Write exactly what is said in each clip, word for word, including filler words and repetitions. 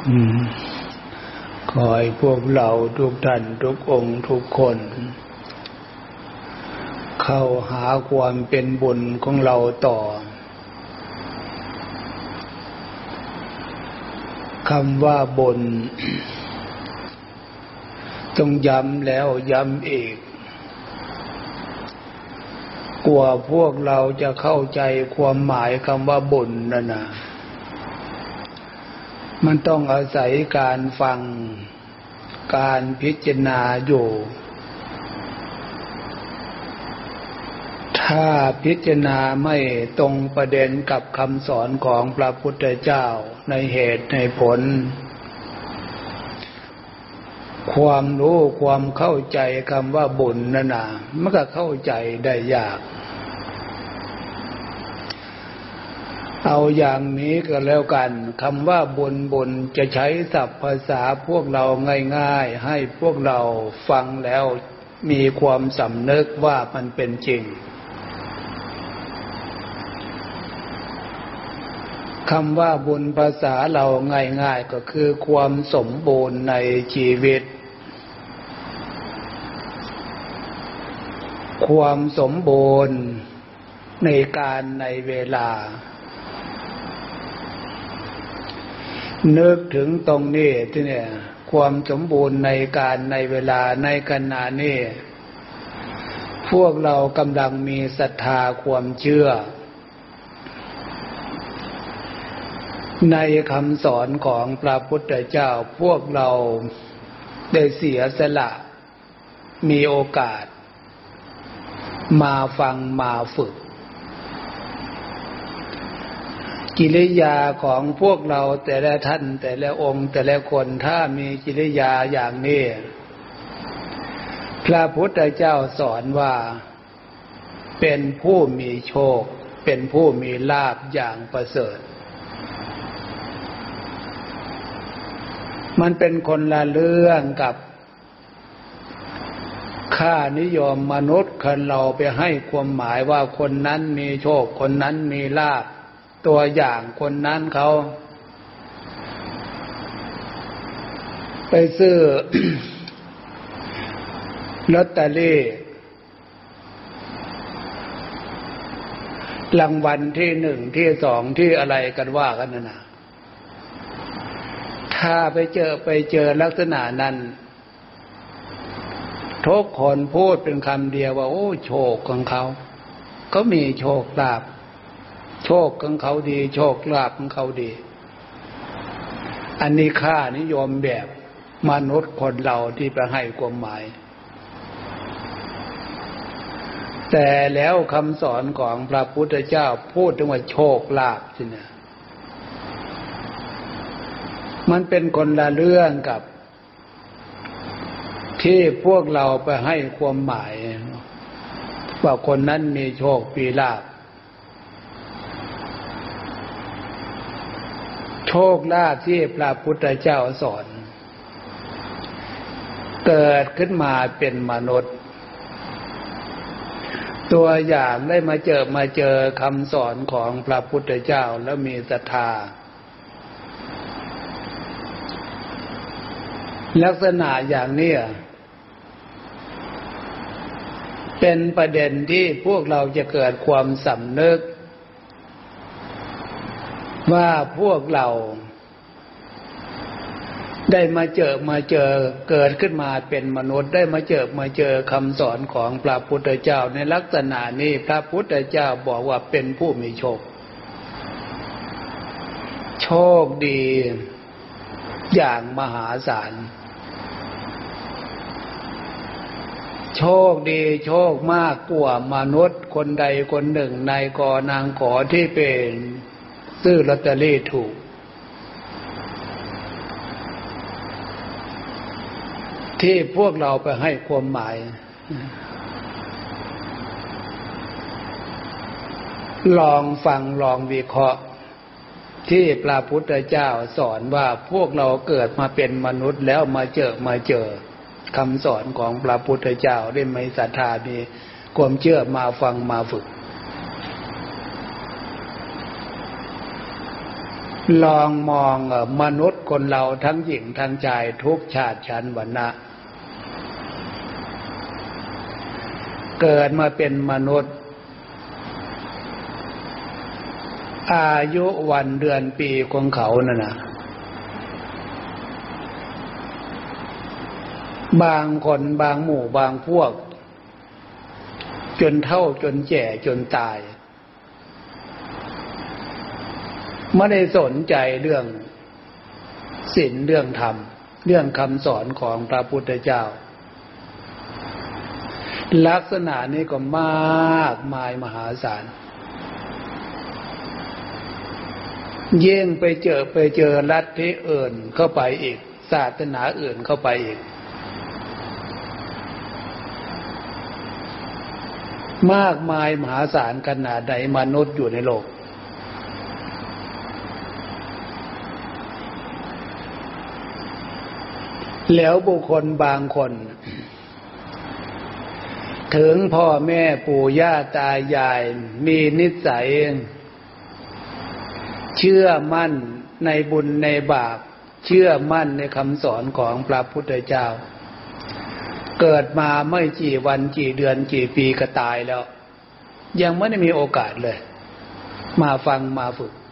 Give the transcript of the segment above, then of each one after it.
ขอให้พวกเราทุกท่านทุกองค์ทุกคนเข้าหาความเป็นบุญของเราต่อคำว่าบุญ ต้องย้ำแล้วย้ำอีกกว่าพวกเราจะเข้าใจความหมายคำว่าบุญนั่นนะมันต้องอาศัยการฟังการพิจารณาอยู่ถ้าพิจารณาไม่ตรงประเด็นกับคำสอนของพระพุทธเจ้าในเหตุในผลความรู้ความเข้าใจคำว่าบุญนั่นน่ะมันก็เข้าใจได้ยากเอาอย่างนี้ก็แล้วกันคำว่าบุญบุญจะใช้ศัพท์ภาษาพวกเราง่ายๆให้พวกเราฟังแล้วมีความสำนึกว่ามันเป็นจริงคำว่าบุญภาษาเราง่ายๆก็คือความสมบูรณ์ในชีวิตความสมบูรณ์ในการในเวลานึกถึงตรงนี้ที่เนี่ยความสมบูรณ์ในการในเวลาในขณะนี้พวกเรากำลังมีศรัทธาความเชื่อในคำสอนของพระพุทธเจ้าพวกเราได้เสียสละมีโอกาสมาฟังมาฝึกกิริยาของพวกเราแต่ละท่านแต่ละองค์แต่ละคนถ้ามีกิริยาอย่างนี้พระพุทธเจ้าสอนว่าเป็นผู้มีโชคเป็นผู้มีลาภอย่างประเสริฐมันเป็นคนละเรื่องกับค่านิยมมนุษย์คนเราไปให้ความหมายว่าคนนั้นมีโชคคนนั้นมีลาภตัวอย่างคนนั้นเขาไปซื้อ ลอตเตอรี่รางวัลที่หนึ่งที่สองที่อะไรกันว่ากันน่ะนะถ้าไปเจอไปเจอลักษณะนั้นทุกคนพูดเป็นคำเดียวว่าโอ้โชคของเขาก็มีโชคลาภโชคของเขาดีโชคลาภของเขาดีอันนี้ค่านิยมแบบมนุษย์คนเราที่ไปให้ความหมายแต่แล้วคำสอนของพระพุทธเจ้าพูดถึงว่าโชคลาภสินะมันเป็นคนละเรื่องกับที่พวกเราไปให้ความหมายว่าคนนั้นมีโชคมีลาภโชคลาภที่พระพุทธเจ้าสอนเกิดขึ้นมาเป็นมนุษย์ตัวอย่างได้มาเจอมาเจอคำสอนของพระพุทธเจ้าแล้วมีศรัทธาลักษณะอย่างนี้เป็นประเด็นที่พวกเราจะเกิดความสำนึกว่าพวกเราได้มาเจอมาเจอเกิดขึ้นมาเป็นมนุษย์ได้มาเจอมาเจอคำสอนของพระพุทธเจ้าในลักษณะนี้พระพุทธเจ้าบอกว่าเป็นผู้มีโชคโชคดีอย่างมหาศาลโชคดีโชคมากกว่ามนุษย์คนใดคนหนึ่งนายกนางขอที่เป็นซื้อลอตเตอรี่ถูกที่พวกเราไปให้ความหมายลองฟังลองวิเคราะห์ที่พระพุทธเจ้าสอนว่าพวกเราเกิดมาเป็นมนุษย์แล้วมาเจอมาเจอคำสอนของพระพุทธเจ้าได้มีศรัทธามีความเชื่อมาฟังมาฝึกลองมองมนุษย์คนเราทั้งหญิงทั้งชายทุกชาติชั้นวรรณะเกิดมาเป็นมนุษย์อายุวันเดือนปีของเขานั่นนะบางคนบางหมู่บางพวกจนเฒ่าจนแก่จนตายไม่ได้สนใจเรื่องศีลเรื่องธรรมเรื่องคำสอนของพระพุทธเจ้าลักษณะนี้ก็มากมายมหาศาลยิ่งไปเจอไปเจอลัทธิอื่นเข้าไปอีกศาสนาอื่นเข้าไปอีกมากมายมหาศาลขนาดใดมนุษย์อยู่ในโลกแล้วบุคคลบางคนถึงพ่อแม่ปู่ย่าตายายมีนิสัยเชื่อมั่นในบุญในบาปเชื่อมั่นในคำสอนของพระพุทธเจ้าเกิดมาไม่กี่วันกี่เดือนกี่ปีก็ตายแล้วยังไม่ได้มีโอกาสเลยมาฟังมาฝึก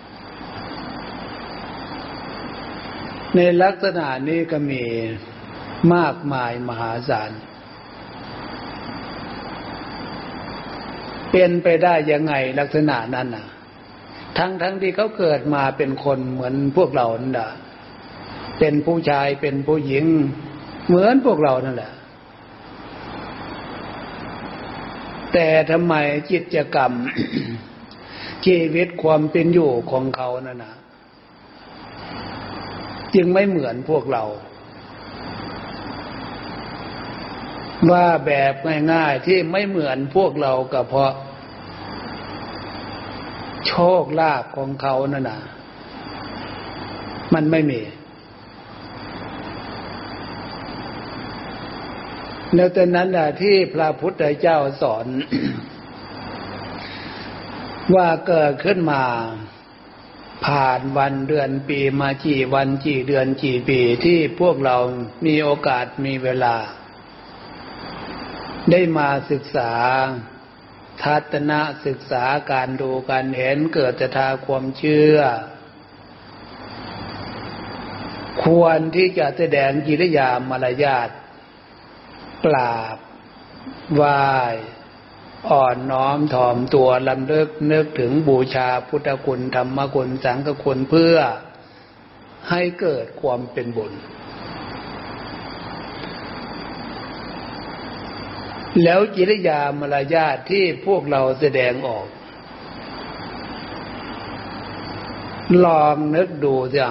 ในลักษณะนี้ก็มีมากมายมหาศาลเป็นไปได้ยังไงลักษณะนั้นน่ะทั้งทั้งที่เขาเกิดมาเป็นคนเหมือนพวกเรานั่นแหละเป็นผู้ชายเป็นผู้หญิงเหมือนพวกเรานั่นแหละแต่ทำไมกิจกรรม ชีวิตความเป็นอยู่ของเขานั่นน่ะจึงไม่เหมือนพวกเราว่าแบบง่ายๆที่ไม่เหมือนพวกเราก็เพราะโชคลาภของเขานั่นน่ะมันไม่มีแล้วแต่นั้นน่ะที่พระพุทธเจ้าสอน ว่าเกิดขึ้นมาผ่านวันเดือนปีมากี่วันกี่เดือนกี่ปีที่พวกเรามีโอกาสมีเวลาได้มาศึกษาทัศนะศึกษาการดูการเห็นเกิดศรัทธาความเชื่อควรที่จะแสดงกิริยามารยาทกราบไหว้อ่อนน้อมถ่อมตัวลำลึกนึกถึงบูชาพุทธคุณธรรมคุณสังฆคุณเพื่อให้เกิดความเป็นบุญแล้วกิริยามารยาทที่พวกเราแสดงออกลองนึกดูสิ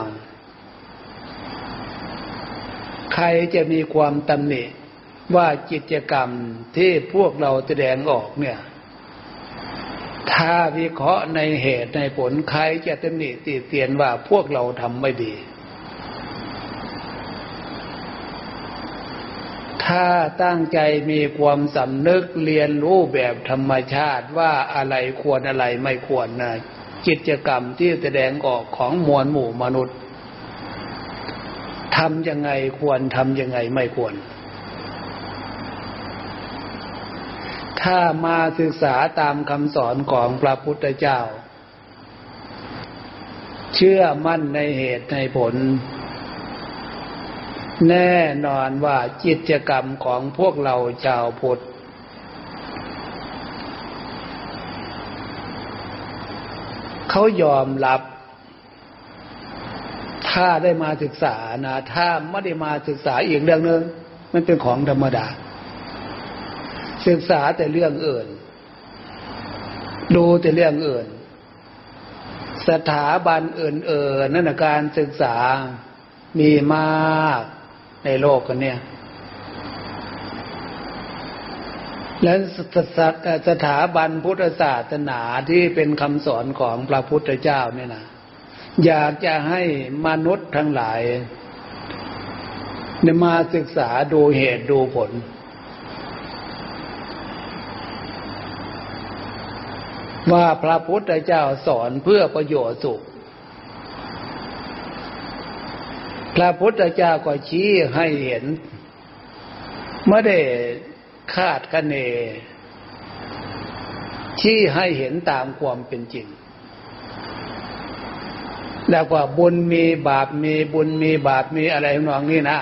ใครจะมีความตำหนิว่ากิจกรรมที่พวกเราแสดงออกเนี่ยถ้าวิเคราะห์ในเหตุในผลใครจะตำหนิติเตียนว่าพวกเราทำไม่ดีถ้าตั้งใจมีความสำนึกเรียนรู้แบบธรรมชาติว่าอะไรควรอะไรไม่ควรนะกิจกรรมที่แสดงออกของมวลหมู่มนุษย์ทำยังไงควรทำยังไงไม่ควรถ้ามาศึกษาตามคำสอนของพระพุทธเจ้าเชื่อมั่นในเหตุในผลแน่นอนว่ากิจกรรมของพวกเราชาวพุทธเขายอมรับถ้าได้มาศึกษานะถ้าไม่ได้มาศึกษาอีกเรื่องนึงมันเป็นของธรรมดาศึกษาแต่เรื่องอื่นดูแต่เรื่องอื่นสถาบันอื่นๆนั่นนะการศึกษามีมากในโลกกันเนี่ยและสถาบันพุทธศาสนาที่เป็นคำสอนของพระพุทธเจ้าเนี่ยนะอยากจะให้มนุษย์ทั้งหลายได้มาศึกษาดูเหตุดูผลว่าพระพุทธเจ้าสอนเพื่อประโยชน์สุขพระพุทธเจ้าก็ชี้ให้เห็นไม่ได้คาดคะเนชี้ให้เห็นตามความเป็นจริงแล้วว่าบุญมีบาปมีบุญมีบาปมีอะไรทำนองนี้นะ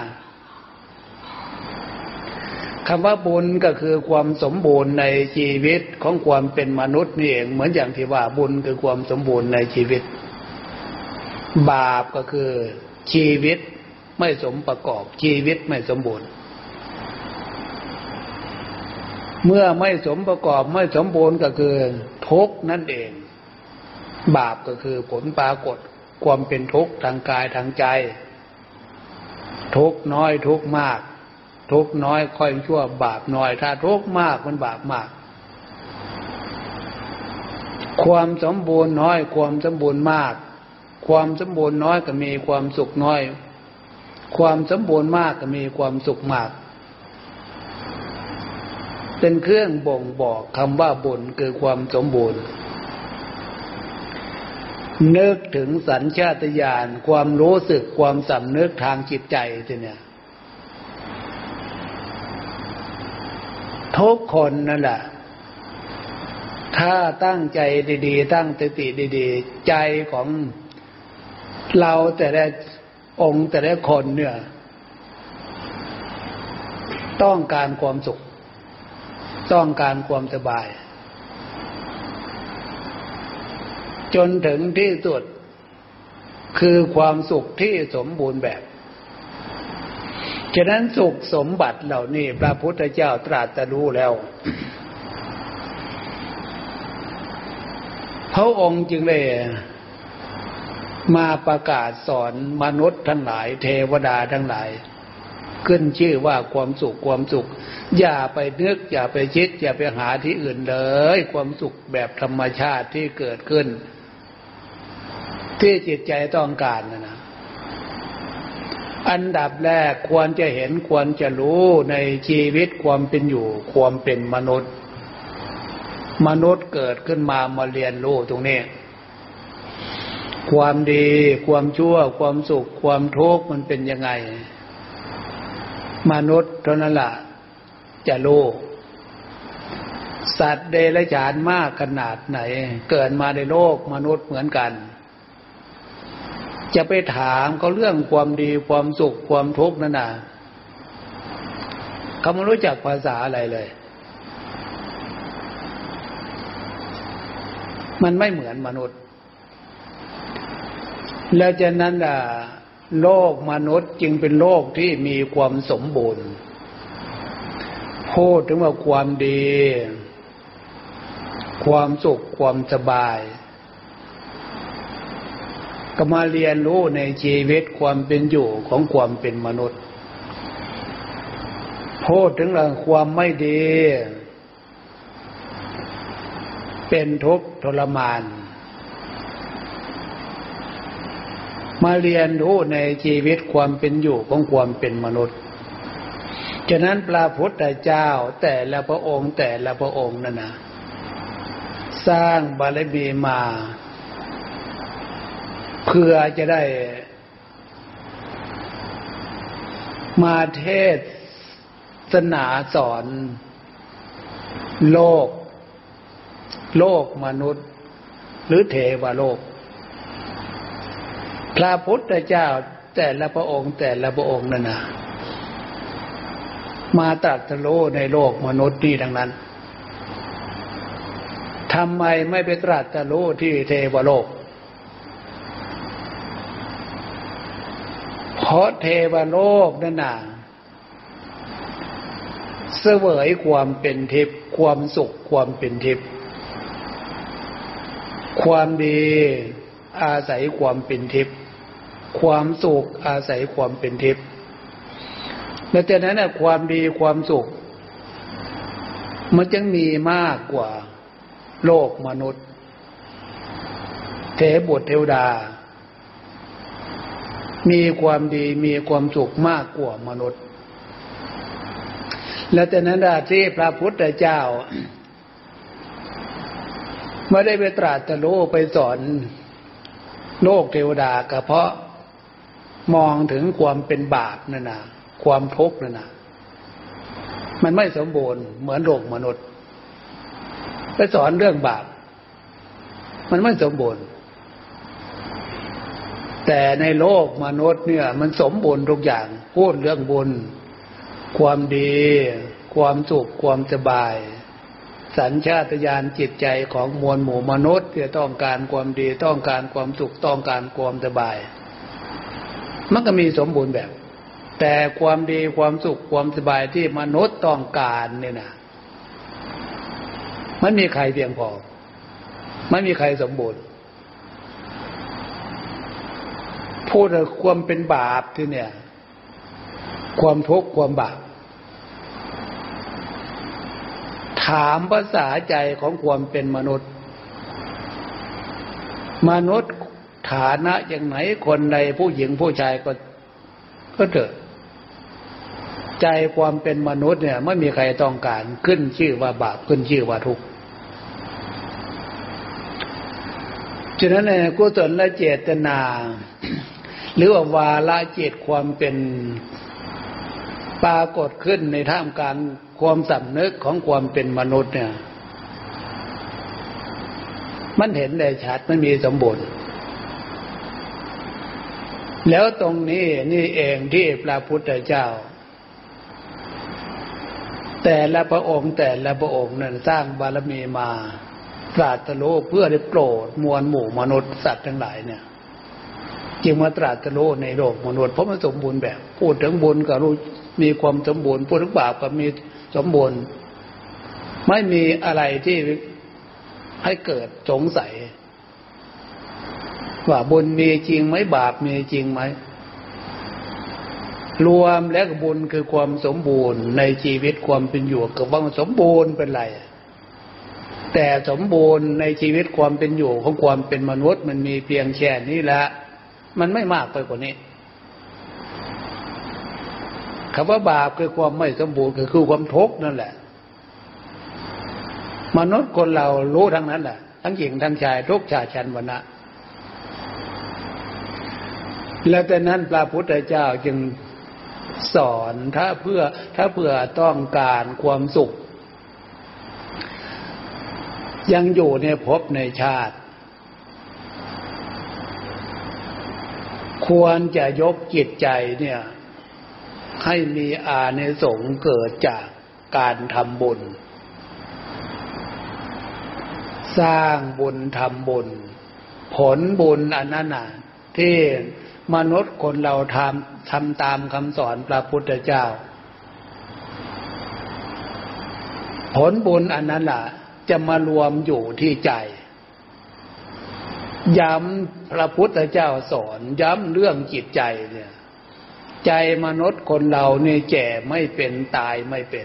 คำว่าบุญก็คือความสมบูรณ์ในชีวิตของความเป็นมนุษย์นี่เองเหมือนอย่างที่ว่าบุญคือความสมบูรณ์ในชีวิตบาปก็คือชีวิตไม่สมประกอบชีวิตไม่สมบูรณ์เมื่อไม่สมประกอบไม่สมบูรณ์ก็คือทุกข์นั่นเองบาปก็คือผลปรากฏความเป็นทุกข์ทางกายทางใจทุกข์น้อยทุกข์มากทุกข์น้อยค่อยชั่วบาปน้อยถ้าทุกข์มากมันบาปมากความสมบูรณ์น้อยความสมบูรณ์มากความสมบูรณ์น้อยก็มีความสุขน้อยความสมบูรณ์มากก็มีความสุขมากเป็นเครื่องบ่งบอกคำว่าบุญคือความสมบูรณ์นึกถึงสัญชาตญาณความรู้สึกความสำนึกทางจิตใจทีเนี่ยทุกคนนั่นแหละถ้าตั้งใจดีๆตั้งสติดีๆใจของเราแต่ละองค์แต่ละคนเนี่ยต้องการความสุขต้องการความสบายจนถึงที่สุดคือความสุขที่สมบูรณ์แบบฉะนั้นสุขสมบัติเหล่านี้พระพุทธเจ้าตรัสรู้แล้วพระองค์จึงเลยมาประกาศสอนมนุษย์ทั้งหลายเทวดาทั้งหลายขึ้นชื่อว่าความสุขความสุขอย่าไปนึกอย่าไปคิดอย่าไปหาที่อื่นเลยความสุขแบบธรรมชาติที่เกิดขึ้นที่จิตใจต้องการนะนะอันดับแรกควรจะเห็นควรจะรู้ในชีวิตความเป็นอยู่ความเป็นมนุษย์มนุษย์เกิดขึ้นมามาเรียนรู้ตรงนี้ความดีความชั่วความสุขความทุกข์มันเป็นยังไงมนุษย์เท่านั้นล่ะจะรู้สัตว์เดรัจฉานมากขนาดไหนเกิดมาในโลกมนุษย์เหมือนกันจะไปถามเขาเรื่องความดีความสุขความทุกข์นั่นน่ะเขาไม่รู้จักภาษาอะไรเลยมันไม่เหมือนมนุษย์แล้วฉะนั้นน่ะโลกมนุษย์จึงเป็นโลกที่มีความสมบูรณ์พูดถึงว่าความดีความสุขความสบายก็มาเรียนรู้ในชีวิตความเป็นอยู่ของความเป็นมนุษย์พูดถึงเรื่องความไม่ดีเป็นทุกข์ทรมานมาเรียนรู้ในชีวิตความเป็นอยู่ของความเป็นมนุษย์ฉะนั้นพระพุทธเจ้าแต่ละพระองค์แต่ละพระองค์นั่นนะสร้างบารมีมาเพื่อจะได้มาเทศนาสอนโลกโลกมนุษย์หรือเทวโลกพระพุทธเจ้าแต่ละพระองค์แต่ละพระองค์นั่นนะมาตรัสรู้ในโลกมนุษย์นี่ดังนั้นทำไมไม่ไปตรัสรู้ที่เทวโลกเพราะเทวโลกนั่นน่ะเสวยความเป็นทิพย์ความสุขความเป็นทิพย์ความดีอาศัยความเป็นทิพย์ความสุขอาศัยความเป็นทิพย์และจากนั้นน่ะความดีความสุขมันจึงมีมากกว่าโลกมนุษย์เทพบุตรเทวดามีความดีมีความสุขมากกว่ามนุษย์และจากนั้นที่พระพุทธเจ้าไม่ได้ไปตรัสรู้ไปสอนโลกเทวดาก็เพราะมองถึงความเป็นบาปนั่นน่ะความทุกข์นั่นน่ะมันไม่สมบูรณ์เหมือนโลกมนุษย์ไปสอนเรื่องบาปมันไม่สมบูรณ์แต่ในโลกมนุษย์เนี่ยมันสมบูรณ์ทุกอย่างพูดเรื่องบุญความดีความสุขความสบายสัญชาตญาณจิตใจของมวลหมู่มนุษย์ที่ต้องการความดีต้องการความสุขต้องการความสบายมันก็มีสมบูรณ์แบบแต่ความดีความสุขความสบายที่มนุษย์ต้องการเนี่ยนะมันมีใครเพียงพอไม่มีใครสมบูรณ์พูดถึงความเป็นบาปที่เนี่ยความทุกข์ความบาปถามภาษาใจของความเป็นมนุษย์มนุษย์ฐานะอย่างไหนคนใดผู้หญิงผู้ชายก็ก็เถอะใจความเป็นมนุษย์เนี่ยไม่มีใครต้องการขึ้นชื่อว่าบาปขึ้นชื่อว่าทุกข์ฉะนั้นในกุศลและเจตนาหรือว่าวาระจิตความเป็นปรากฏขึ้นในท่ามกลางความสำนึกของความเป็นมนุษย์เนี่ยมันเห็นได้ชัดมันมีสมบูรณ์แล้วตรงนี้นี่เองที่พระพุทธเจ้าแต่ละพระองค์แต่ละพระองค์นั้นสร้างบารมีมาตรัสรู้เพื่อได้โปรดมวลหมู่มนุษย์สัตว์ทั้งหลายเนี่ยจึงมาตรัสรู้ในโลกมนุษย์เพราะมันสมบูรณ์แบบพูดถึงบุญก็รู้มีความสมบูรณ์พูดถึงบาปก็มีสมบูรณ์ไม่มีอะไรที่ให้เกิดสงสัยว่าบุญมีจริงไหมบาปมีจริงไหมรวมแล้วบุญคือความสมบูรณ์ในชีวิตความเป็นอยู่กับว่าสมบูรณ์เป็นไรแต่สมบูรณ์ในชีวิตความเป็นอยู่ของความเป็นมนุษย์มันมีเพียงแค่นี้แหละมันไม่มากไปกว่านี้คำว่าบาปคือความไม่สมบูรณ์คือความทุกข์นั่นแหละมนุษย์คนเรารู้ทั้งนั้นแหละทั้งหญิงทั้งชายทุกชาติชั้นวรรณะแล้วแต่นั้นพระพุทธเจ้าจึงสอนถ้าเพื่อถ้าเพื่อต้องการความสุขยังอยู่ในภพในชาติควรจะยกจิตใจเนี่ยให้มีอานิสงส์เกิดจากการทำบุญสร้างบุญทำบุญผลบุญอันนั้นน่ะที่มนุษย์คนเราทำทำตามคำสอนพระพุทธเจ้าผลบุญอันนั้นล่ะจะมารวมอยู่ที่ใจย้ำพระพุทธเจ้าสอนย้ำเรื่องจิตใจเนี่ยใจมนุษย์คนเราเนี่ยแก่ไม่เป็นตายไม่เป็น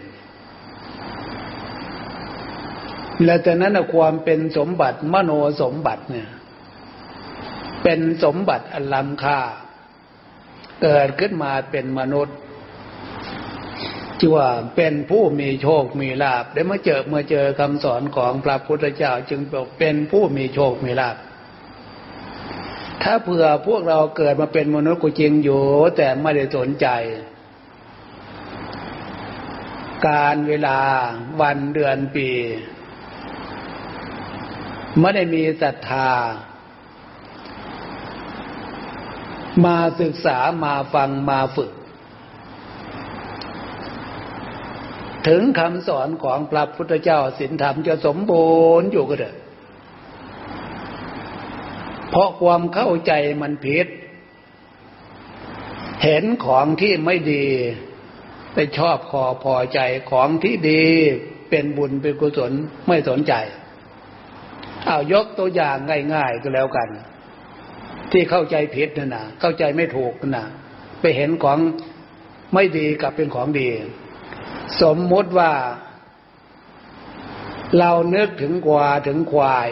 และจากนั้นความเป็นสมบัติมโนสมบัติเนี่ยเป็นสมบัติอันล้ำค่าเกิดขึ้นมาเป็นมนุษย์ชื่อว่าเป็นผู้มีโชคมีลาภได้มาเจอเมื่อเจอคำสอนของพระพุทธเจ้าจึงบอกเป็นผู้มีโชคมีลาภถ้าเผื่อพวกเราเกิดมาเป็นมนุษย์ก็จริงอยู่แต่ไม่ได้สนใจการเวลาวันเดือนปีไม่ได้มีศรัทธามาศึกษามาฟังมาฝึกถึงคำสอนของพระพุทธเจ้าศีลธรรมจะสมบูรณ์อยู่ก็เถอะเพราะความเข้าใจมันผิดเห็นของที่ไม่ดีไปชอบคอพอใจของที่ดีเป็นบุญเป็นกุศลไม่สนใจเอายกตัวอย่างง่ายๆก็แล้วกันที่เข้าใจผิดนั่นน่ะเข้าใจไม่ถูกนั่นน่ะไปเห็นของไม่ดีกับเป็นของดีสมมติว่าเรานึกถึงกวาถึงควาย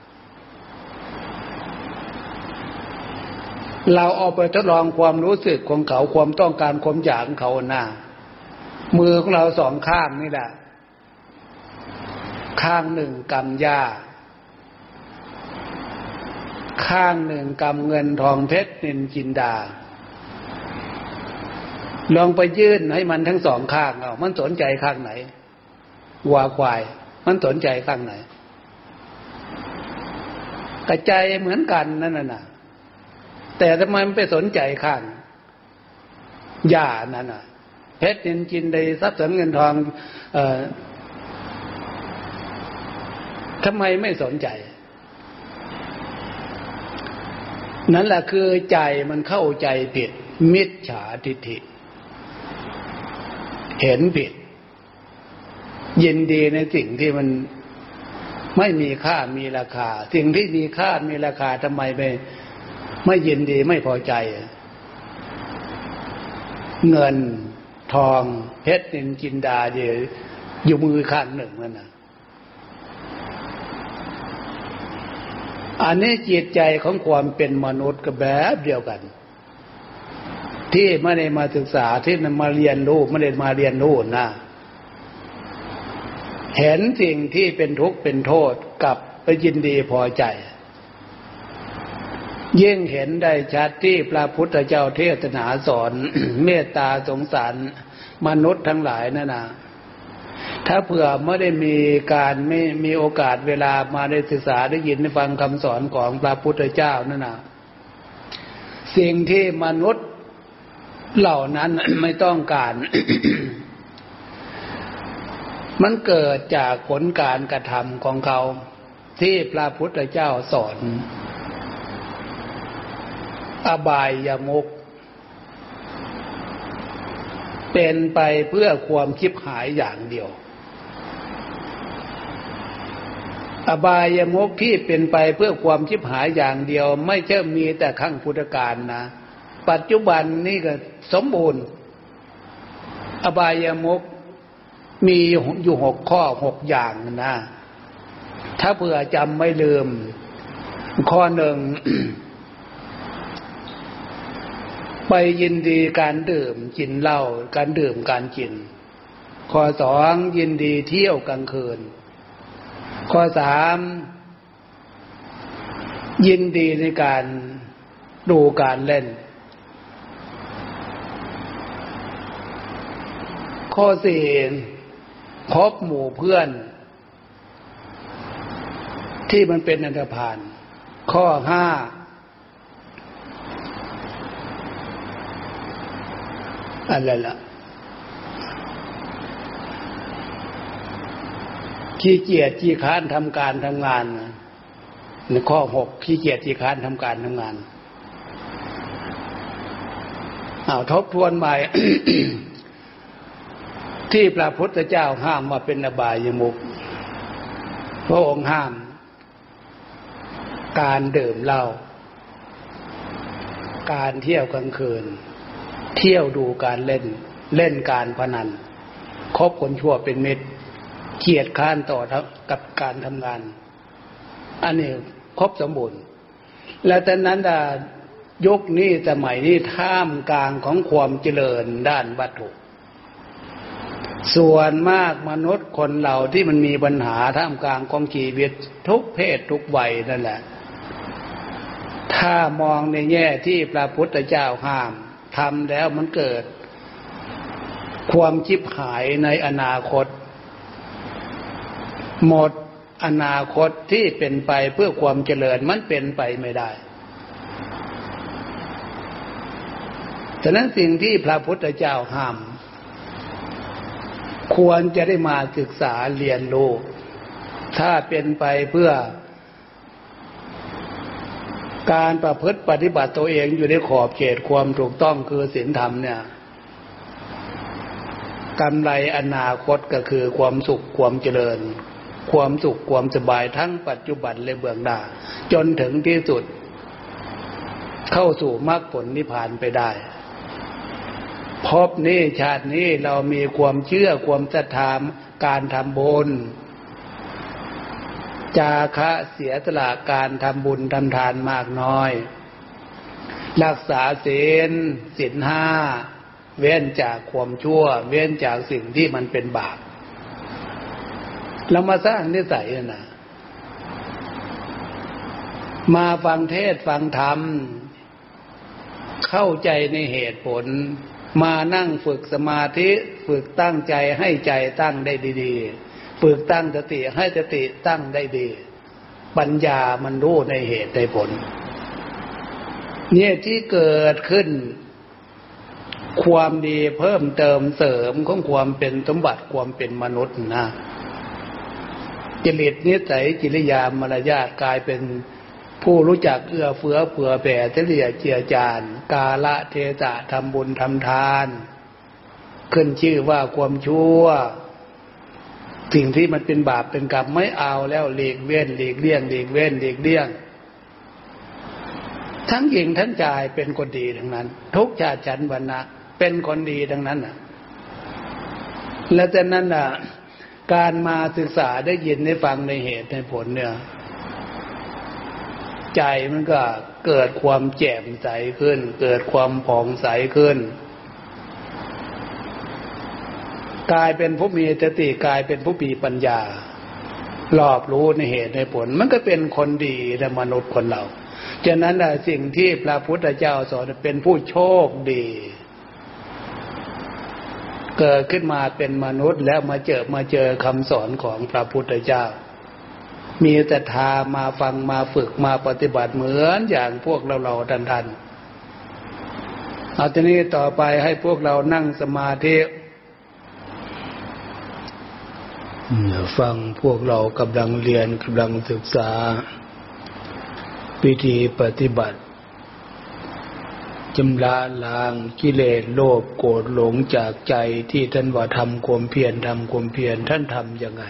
เราเอาไปทดลองความรู้สึกของเขาความต้องการความอยากของเขาหน้ามือของเราสองข้างนี่แหละข้างหนึ่งกำหญ้าข้างหนึ่งกำเงินทองเพชรนินจินดาลองไปยื่นให้มันทั้งสองข้างเอามันสนใจข้างไหนวัวควายมันสนใจข้างไหนกระใจเหมือนกันนั่นน่ะแต่ทำไมมันไปสนใจข้างหญ้านั่นน่ะเพชรนินจินใดทรัพย์สินเงินทองเอ่อทำไมไม่สนใจนั่นแหละคือใจมันเข้าใจผิดมิจฉาทิฏฐิเห็นผิดยินดีในสิ่งที่มันไม่มีค่ามีราคาสิ่งที่มีค่ามีราคาทำไมไม่ไม่ยินดีไม่พอใจเงินทองเพชรนินจินดาเดียวอยู่มือข้างหนึ่งนั่นนะอันนี้จิตใจของความเป็นมนุษย์ก็แบบเดียวกันที่ไม่ได้มาศึกษาที่มาเรียนรู้ไม่ได้มาเรียนรู้นะเห็นสิ่งที่เป็นทุกข์เป็นโทษกับไปยินดีพอใจยิ่งเห็นได้ชัดที่พระพุทธเจ้าเทศนาสอน เมตตาสงสารมนุษย์ทั้งหลายนั่นนะถ้าเผื่อไม่ได้มีการไม่มีโอกาสเวลามาได้ศึกษาได้ยินได้ฟังคำสอนของพระพุทธเจ้านั่นนะสิ่งที่มนุษย์เหล่านั้น ไม่ต้องการ มันเกิดจากผลการกระทำของเขาที่พระพุทธเจ้าสอนอบายมุขเป็นไปเพื่อความชิบหายอย่างเดียวอบายมุขที่เป็นไปเพื่อความชิบหายอย่างเดียวไม่ใช่มีแต่ครั้งพุทธกาลนะปัจจุบันนี่ก็สมบูรณ์อบายมุขมีอยู่หกข้อหกอย่างนะถ้าเผื่อจำไม่ลืมข้อหนึ่ง ไปยินดีการดื่มกินเหล้าการดื่มการกินข้อสองยินดีเที่ยวกลางคืนข้อสามยินดีในการดูการเล่นข้อสี่คบหมู่เพื่อนที่มันเป็นอันธพาลข้อห้าอะไรล่ะขี้เกียจขี้ค้านทำการทำงานในข้อหกขี้เกียจขี้ค้านทำการทำงานเอาทบทวนใหม่ ที่พระพุทธเจ้าห้ามว่าเป็นอบายมุขพระองค์ห้ามการดื่มเหล้าการเที่ยวกลางคืนเที่ยวดูการเล่นเล่นการพนันคบคนชั่วเป็นมิตรเกียจค้านต่อกับการทำงานอันนี้ครบสมบูรณ์แล้วแต่นั้นดายุคนี้สมัยนี้ท่ามกลางของความเจริญด้านวัตถุส่วนมากมนุษย์คนเราที่มันมีปัญหาท่ามกลางของชีวิตทุกเพศทุกวัยนั่นแหละถ้ามองในแง่ที่พระพุทธเจ้าห้ามทำแล้วมันเกิดความชิบหายในอนาคตหมดอนาคตที่เป็นไปเพื่อความเจริญมันเป็นไปไม่ได้ฉะนั้นสิ่งที่พระพุทธเจ้าห้ามควรจะได้มาศึกษาเรียนรู้ถ้าเป็นไปเพื่อการประพฤติปฏิบัติตัวเองอยู่ในขอบเขตความถูกต้องคือศีลธรรมเนี่ยกำไรอนาคตก็คือความสุขความเจริญความสุขความสบายทั้งปัจจุบันและเบื้องหน้าจนถึงที่สุดเข้าสู่มรรคผลนิพพานไปได้พบนี้ชาตินี้เรามีความเชื่อความศรัทธาการทำบุญจาคะเสียสละการทำบุญทำทานมากน้อยรักษาศีลศีลห้าเว้นจากความชั่วเว้นจากสิ่งที่มันเป็นบาปเรามาสร้างนิสัยนะมาฟังเทศน์ฟังธรรมเข้าใจในเหตุผลมานั่งฝึกสมาธิฝึกตั้งใจให้ใจตั้งได้ดีๆฝึกตั้งสติให้สติตั้งได้ดีปัญญามันรู้ในเหตุในผลเนี่ยที่เกิดขึ้นความดีเพิ่มเติมเสริมของความเป็นสมบัติความเป็นมนุษย์นะจริตนิสัยกิริยามารยาทกลายเป็นผู้รู้จักเอื้อเฟื้อเผื่อแผ่เฉลี่ยเจียจานกาละเทศะทำบุญทำทานขึ้นชื่อว่าความชั่วสิ่งที่มันเป็นบาปเป็นกรรมไม่เอาแล้วหลีกเว้นหลีกเลี่ยงหลีกเว้นหลีกเลี่ยงทั้งหญิงทั้งชายเป็นคนดีทั้งนั้นทุกชาติชั้นวรรณะเป็นคนดีทั้งนั้นน่ะและจากนั้นน่ะการมาศึกษาได้ยินได้ฟังในเหตุในผลเนี่ยใจมันก็เกิดความแจ่มใสขึ้นเกิดความผ่องใสขึ้นกลายเป็นผู้มีสติกลายเป็นผู้มีปัญญารอบรู้ในเหตุในผลมันก็เป็นคนดีในมนุษย์คนเราฉะนั้นสิ่งที่พระพุทธเจ้าสอนเป็นผู้โชคดีเกิดขึ้นมาเป็นมนุษย์แล้วมาเจอมาเจอคำสอนของพระพุทธเจ้ามีแต่ทามาฟังมาฝึกมาปฏิบัติเหมือนอย่างพวกเราเราทันทันเอาทีนี้ต่อไปให้พวกเรานั่งสมาธิฟังพวกเรากำลังเรียนกำลังศึกษาวิธีปฏิบัติชำระล้างกิเลสโลภโกรธหลงจากใจที่ท่านว่าทำความเพียรทำความเพียรท่านทำยังไง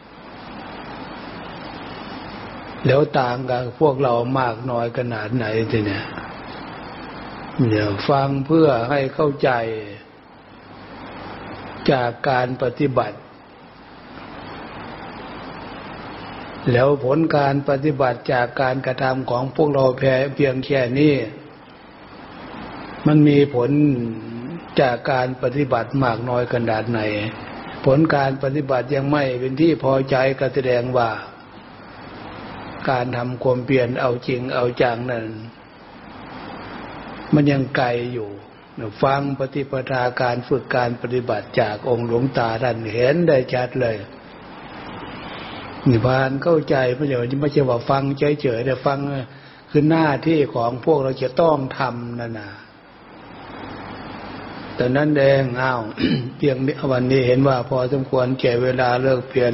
แล้วต่างกับพวกเรามากน้อยขนาดไหนทีเนี่ยเดี๋ยวฟังเพื่อให้เข้าใจจากการปฏิบัติแล้วผลการปฏิบัติจากการกระทำของพวกเราเพียงแค่นี้มันมีผลจากการปฏิบัติมากน้อยขนาดไหนผลการปฏิบัติยังไม่เป็นที่พอใจก็แสดงว่าการทำความเปลี่ยนเอาจริงเอาจังนั้นมันยังไกลอยู่ฟังปฏิปทาการฝึกการปฏิบัติจากองค์หลวงตาท่านเห็นได้ชัดเลยนิพพานเข้าใจไม่ใช่ไม่ใช่ว่าฟังเฉยๆแต่ฟังคือหน้าที่ของพวกเราจะต้องทำนั่นน่ะแต่นั้นเองอ้าว เพียงวันนี้เห็นว่าพอสมควรแก่เวลาเลิกเพียร